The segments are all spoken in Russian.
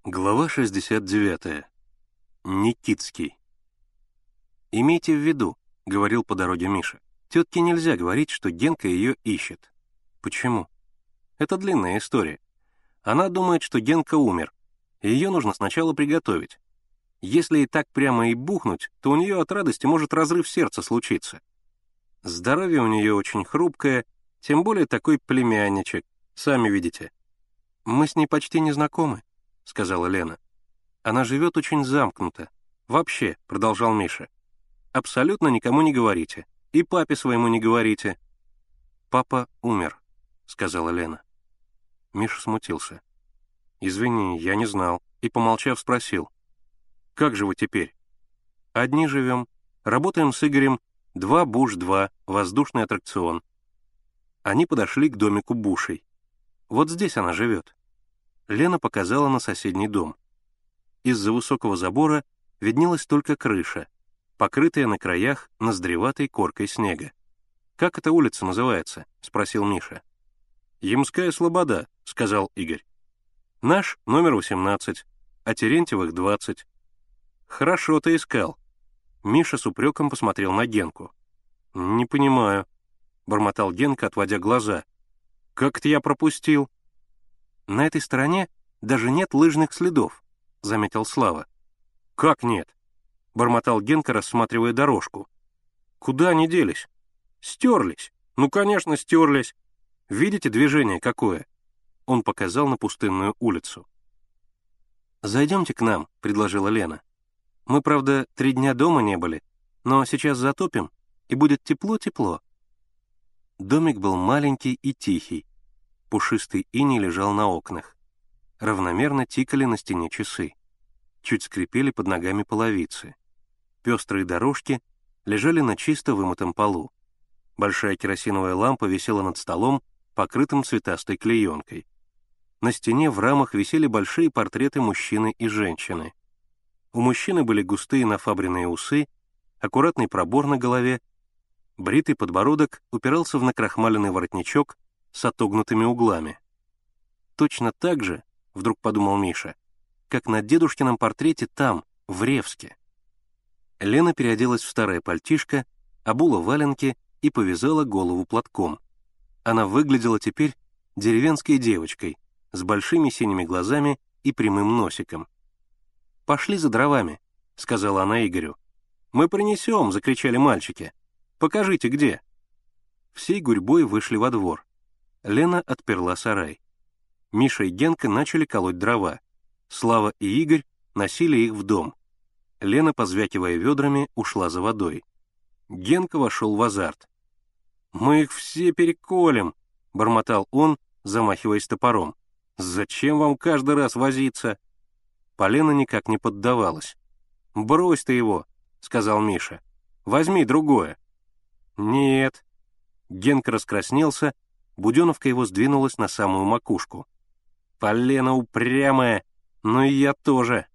Глава 69. Никитский. «Имейте в виду», — говорил по дороге Миша, «тетке нельзя говорить, что Генка ее ищет». «Почему?» «Это длинная история. Она думает, что Генка умер, и ее нужно сначала приготовить. Если и так прямо и бухнуть, то у нее от радости может разрыв сердца случиться. Здоровье у нее очень хрупкое, тем более такой племянничек, сами видите». «Мы с ней почти не знакомы», — сказала Лена. «Она живет очень замкнуто. Вообще», — продолжал Миша, — «абсолютно никому не говорите. И папе своему не говорите». «Папа умер», — сказала Лена. Миша смутился. «Извини, я не знал», и, помолчав, спросил. «Как же вы теперь?» «Одни живем. Работаем с Игорем 2 Буш-2, воздушный аттракцион». Они подошли к домику Бушей. «Вот здесь она живет». Лена показала на соседний дом. Из-за высокого забора виднелась только крыша, покрытая на краях ноздреватой коркой снега. «Как эта улица называется?» — спросил Миша. «Ямская слобода», — сказал Игорь. «Наш номер 18, а Терентьевых 20. «Хорошо ты искал». Миша с упреком посмотрел на Генку. «Не понимаю», — бормотал Генка, отводя глаза. «Как это я пропустил?» «На этой стороне даже нет лыжных следов», — заметил Слава. «Как нет?» — бормотал Генка, рассматривая дорожку. «Куда они делись?» «Стерлись. Ну, конечно, стерлись. Видите, движение какое?» Он показал на пустынную улицу. «Зайдемте к нам», — предложила Лена. «Мы, правда, 3 дня дома не были, но сейчас затопим, и будет тепло-тепло». Домик был маленький и тихий. Пушистый иней лежал на окнах. Равномерно тикали на стене часы. Чуть скрипели под ногами половицы. Пестрые дорожки лежали на чисто вымытом полу. Большая керосиновая лампа висела над столом, покрытым цветастой клеенкой. На стене в рамах висели большие портреты мужчины и женщины. У мужчины были густые нафабренные усы, аккуратный пробор на голове, бритый подбородок упирался в накрахмаленный воротничок с отогнутыми углами. Точно так же, вдруг подумал Миша, как на дедушкином портрете там, в Ревске. Лена переоделась в старое пальтишко, обула валенки и повязала голову платком. Она выглядела теперь деревенской девочкой с большими синими глазами и прямым носиком. «Пошли за дровами», — сказала она Игорю. «Мы принесем», — закричали мальчики. «Покажите, где». Всей гурьбой вышли во двор. Лена отперла сарай. Миша и Генка начали колоть дрова. Слава и Игорь носили их в дом. Лена, позвякивая ведрами, ушла за водой. Генка вошел в азарт. «Мы их все переколем», — бормотал он, замахиваясь топором. «Зачем вам каждый раз возиться?» Полена никак не поддавалась. «Брось ты его», — сказал Миша. «Возьми другое». «Нет». Генка раскраснелся, буденовка его сдвинулась на самую макушку. «Полена упрямая, но и я тоже».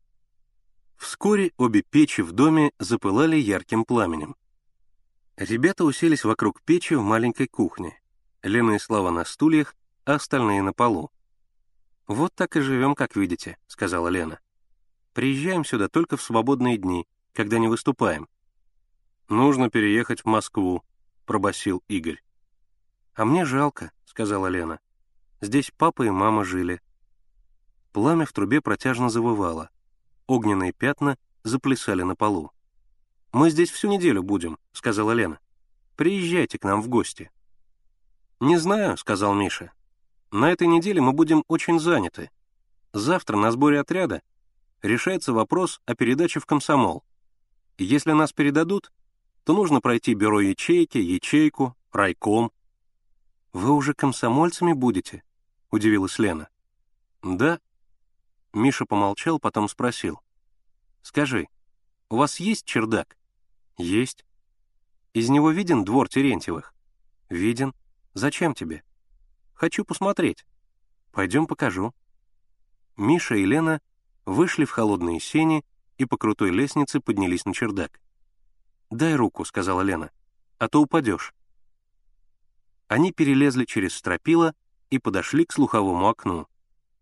Вскоре обе печи в доме запылали ярким пламенем. Ребята уселись вокруг печи в маленькой кухне. Лена и Слава на стульях, а остальные на полу. «Вот так и живем, как видите», — сказала Лена. «Приезжаем сюда только в свободные дни, когда не выступаем». «Нужно переехать в Москву», — пробасил Игорь. «А мне жалко», — сказала Лена. «Здесь папа и мама жили». Пламя в трубе протяжно завывало. Огненные пятна заплясали на полу. «Мы здесь всю неделю будем», — сказала Лена. «Приезжайте к нам в гости». «Не знаю», — сказал Миша. «На этой неделе мы будем очень заняты. Завтра на сборе отряда решается вопрос о передаче в комсомол. Если нас передадут, то нужно пройти бюро ячейки, ячейку, райком». «Вы уже комсомольцами будете?» — удивилась Лена. «Да». Миша помолчал, потом спросил. «Скажи, у вас есть чердак?» «Есть». «Из него виден двор Терентьевых?» «Виден. Зачем тебе?» «Хочу посмотреть». «Пойдем покажу». Миша и Лена вышли в холодные сени и по крутой лестнице поднялись на чердак. «Дай руку», — сказала Лена, — «а то упадешь». Они перелезли через стропила и подошли к слуховому окну.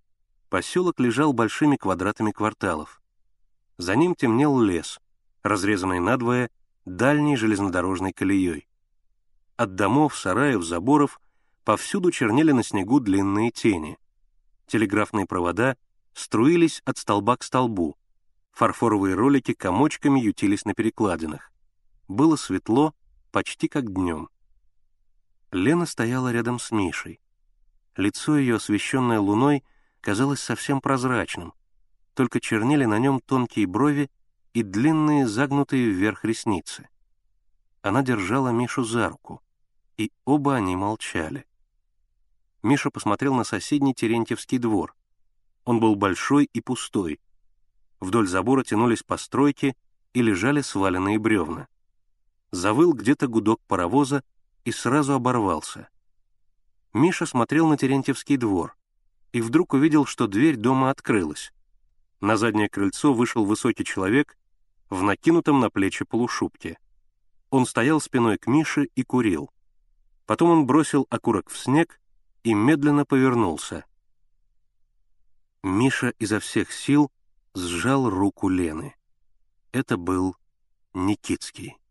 Поселок лежал большими квадратами кварталов. За ним темнел лес, разрезанный надвое дальней железнодорожной колеей. От домов, сараев, заборов повсюду чернели на снегу длинные тени. Телеграфные провода струились от столба к столбу, фарфоровые ролики комочками ютились на перекладинах. Было светло, почти как днем. Лена стояла рядом с Мишей. Лицо ее, освещенное луной, казалось совсем прозрачным, только чернели на нем тонкие брови и длинные загнутые вверх ресницы. Она держала Мишу за руку, и оба они молчали. Миша посмотрел на соседний Терентьевский двор. Он был большой и пустой. Вдоль забора тянулись постройки и лежали сваленные бревна. Завыл где-то гудок паровоза и сразу оборвался. Миша смотрел на Терентьевский двор и вдруг увидел, что дверь дома открылась. На заднее крыльцо вышел высокий человек в накинутом на плечи полушубке. Он стоял спиной к Мише и курил. Потом он бросил окурок в снег и медленно повернулся. Миша изо всех сил сжал руку Лены. Это был Никитский.